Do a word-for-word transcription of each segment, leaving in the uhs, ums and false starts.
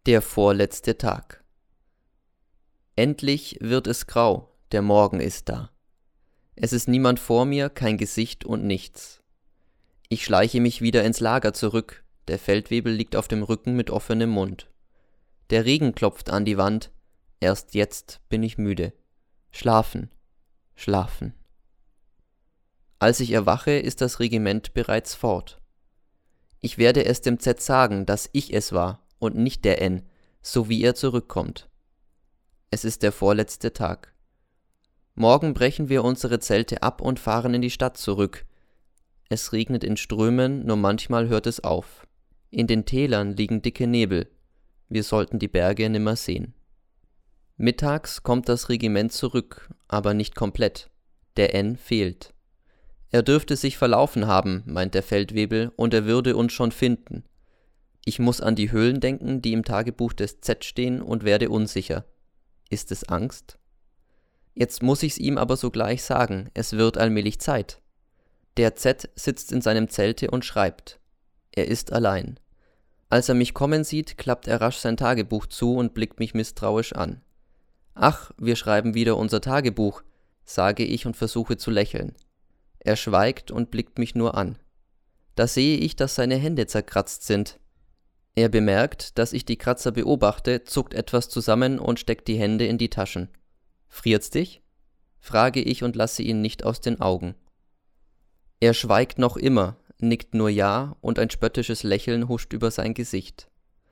Der vorletzte Tag. Endlich wird es grau, der Morgen ist da. Es ist niemand vor mir, kein Gesicht und nichts. Ich schleiche mich wieder ins Lager zurück, der Feldwebel liegt auf dem Rücken mit offenem Mund. Der Regen klopft an die Wand, erst jetzt bin ich müde. Schlafen, schlafen. Als ich erwache, ist das Regiment bereits fort. Ich werde es dem Z sagen, dass ich es war und nicht der N, so wie er zurückkommt. Es ist der vorletzte Tag. Morgen brechen wir unsere Zelte ab und fahren in die Stadt zurück. Es regnet in Strömen, nur manchmal hört es auf. In den Tälern liegen dicke Nebel. Wir sollten die Berge nimmer sehen. Mittags kommt das Regiment zurück, aber nicht komplett. Der N fehlt. Er dürfte sich verlaufen haben, meint der Feldwebel, und er würde uns schon finden. Ich muss an die Höhlen denken, die im Tagebuch des Z stehen, und werde unsicher. Ist es Angst? Jetzt muss ich's ihm aber sogleich sagen, es wird allmählich Zeit. Der Z sitzt in seinem Zelte und schreibt. Er ist allein. Als er mich kommen sieht, klappt er rasch sein Tagebuch zu und blickt mich misstrauisch an. Ach, wir schreiben wieder unser Tagebuch, sage ich und versuche zu lächeln. Er schweigt und blickt mich nur an. Da sehe ich, dass seine Hände zerkratzt sind. Er bemerkt, dass ich die Kratzer beobachte, zuckt etwas zusammen und steckt die Hände in die Taschen. Friert's dich? Frage ich und lasse ihn nicht aus den Augen. Er schweigt noch immer, nickt nur ja und ein spöttisches Lächeln huscht über sein Gesicht.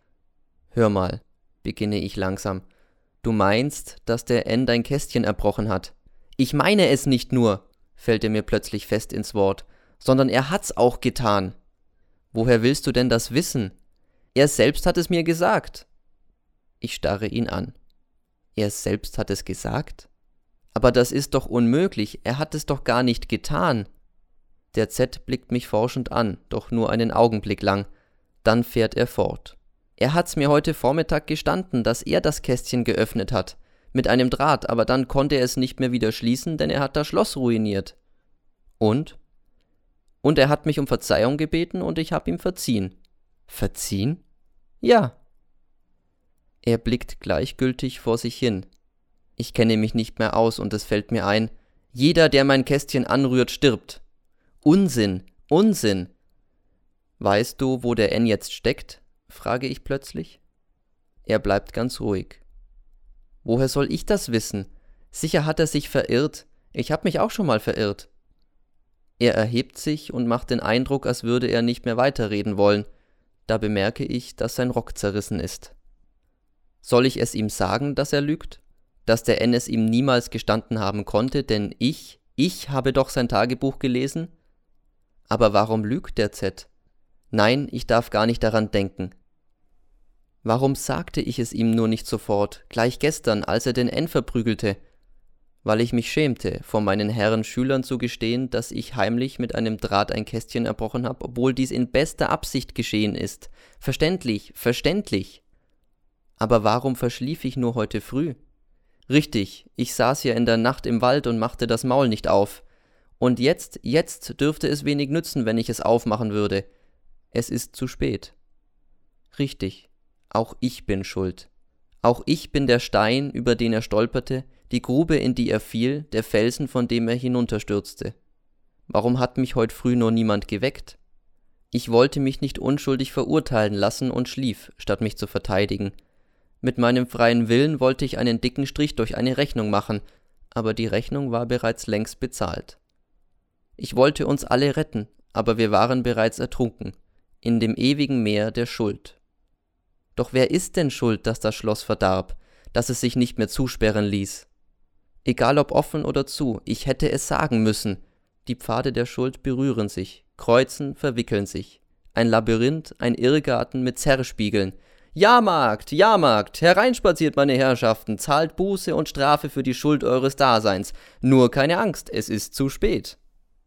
Hör mal, beginne ich langsam. Du meinst, dass der N dein Kästchen erbrochen hat? Ich meine es nicht nur, fällt er mir plötzlich fest ins Wort, sondern er hat's auch getan. Woher willst du denn das wissen? Er selbst hat es mir gesagt. Ich starre ihn an. Er selbst hat es gesagt? Aber das ist doch unmöglich, er hat es doch gar nicht getan. Der Z blickt mich forschend an, doch nur einen Augenblick lang. Dann fährt er fort. Er hat's mir heute Vormittag gestanden, dass er das Kästchen geöffnet hat. Mit einem Draht, aber dann konnte er es nicht mehr wieder schließen, denn er hat das Schloss ruiniert. Und? Und er hat mich um Verzeihung gebeten und ich hab ihm verziehen. Verziehen? Ja. Er blickt gleichgültig vor sich hin. Ich kenne mich nicht mehr aus und es fällt mir ein, jeder, der mein Kästchen anrührt, stirbt. Unsinn, Unsinn. Weißt du, wo der N jetzt steckt? Frage ich plötzlich. Er bleibt ganz ruhig. Woher soll ich das wissen? Sicher hat er sich verirrt. Ich hab mich auch schon mal verirrt. Er erhebt sich und macht den Eindruck, als würde er nicht mehr weiterreden wollen. Da bemerke ich, dass sein Rock zerrissen ist. Soll ich es ihm sagen, dass er lügt? Dass der N es ihm niemals gestanden haben konnte, denn ich, ich habe doch sein Tagebuch gelesen? Aber warum lügt der Z? Nein, ich darf gar nicht daran denken. Warum sagte ich es ihm nur nicht sofort, gleich gestern, als er den N verprügelte? Weil ich mich schämte, vor meinen Herren Schülern zu gestehen, dass ich heimlich mit einem Draht ein Kästchen erbrochen habe, obwohl dies in bester Absicht geschehen ist. Verständlich, verständlich. Aber warum verschlief ich nur heute früh? Richtig, ich saß ja in der Nacht im Wald und machte das Maul nicht auf. Und jetzt, jetzt dürfte es wenig nützen, wenn ich es aufmachen würde. Es ist zu spät. Richtig, auch ich bin schuld. Auch ich bin der Stein, über den er stolperte, die Grube, in die er fiel, der Felsen, von dem er hinunterstürzte. Warum hat mich heute früh nur niemand geweckt? Ich wollte mich nicht unschuldig verurteilen lassen und schlief, statt mich zu verteidigen. Mit meinem freien Willen wollte ich einen dicken Strich durch eine Rechnung machen, aber die Rechnung war bereits längst bezahlt. Ich wollte uns alle retten, aber wir waren bereits ertrunken, in dem ewigen Meer der Schuld. Doch wer ist denn schuld, dass das Schloss verdarb, dass es sich nicht mehr zusperren ließ? Egal ob offen oder zu, ich hätte es sagen müssen. Die Pfade der Schuld berühren sich, kreuzen, verwickeln sich. Ein Labyrinth, ein Irrgarten mit Zerrspiegeln. Jahrmarkt, Jahrmarkt, hereinspaziert, meine Herrschaften, zahlt Buße und Strafe für die Schuld eures Daseins. Nur keine Angst, es ist zu spät.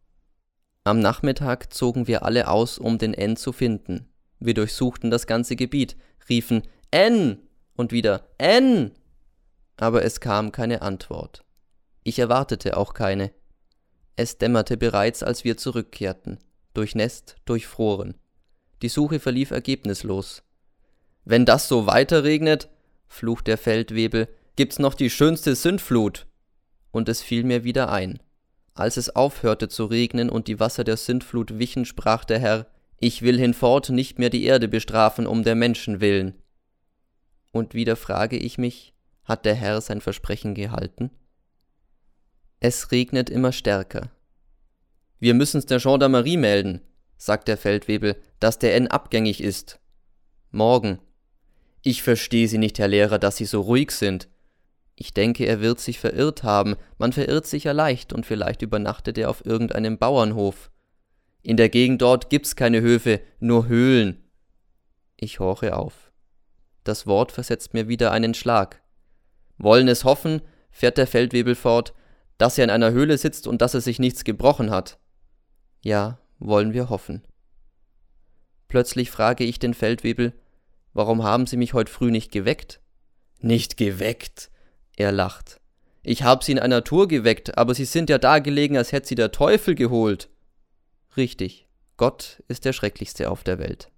Am Nachmittag zogen wir alle aus, um den N zu finden. Wir durchsuchten das ganze Gebiet, riefen N und wieder N. Aber es kam keine Antwort. Ich erwartete auch keine. Es dämmerte bereits, als wir zurückkehrten, durchnässt, durchfroren. Die Suche verlief ergebnislos. Wenn das so weiterregnet, flucht der Feldwebel, gibt's noch die schönste Sündflut. Und es fiel mir wieder ein. Als es aufhörte zu regnen und die Wasser der Sündflut wichen, sprach der Herr: Ich will hinfort nicht mehr die Erde bestrafen um der Menschen willen. Und wieder frage ich mich, hat der Herr sein Versprechen gehalten? Es regnet immer stärker. Wir müssen's der Gendarmerie melden, sagt der Feldwebel, dass der N abgängig ist. Morgen. Ich verstehe Sie nicht, Herr Lehrer, dass Sie so ruhig sind. Ich denke, er wird sich verirrt haben, man verirrt sich ja leicht und vielleicht übernachtet er auf irgendeinem Bauernhof. In der Gegend dort gibt's keine Höfe, nur Höhlen. Ich horche auf. Das Wort versetzt mir wieder einen Schlag. Wollen es hoffen, fährt der Feldwebel fort, dass er in einer Höhle sitzt und dass er sich nichts gebrochen hat. Ja, wollen wir hoffen. Plötzlich frage ich den Feldwebel: Warum haben Sie mich heute früh nicht geweckt? Nicht geweckt? Er lacht. Ich hab Sie in einer Tour geweckt, aber Sie sind ja da gelegen, als hätte Sie der Teufel geholt. Richtig, Gott ist der Schrecklichste auf der Welt.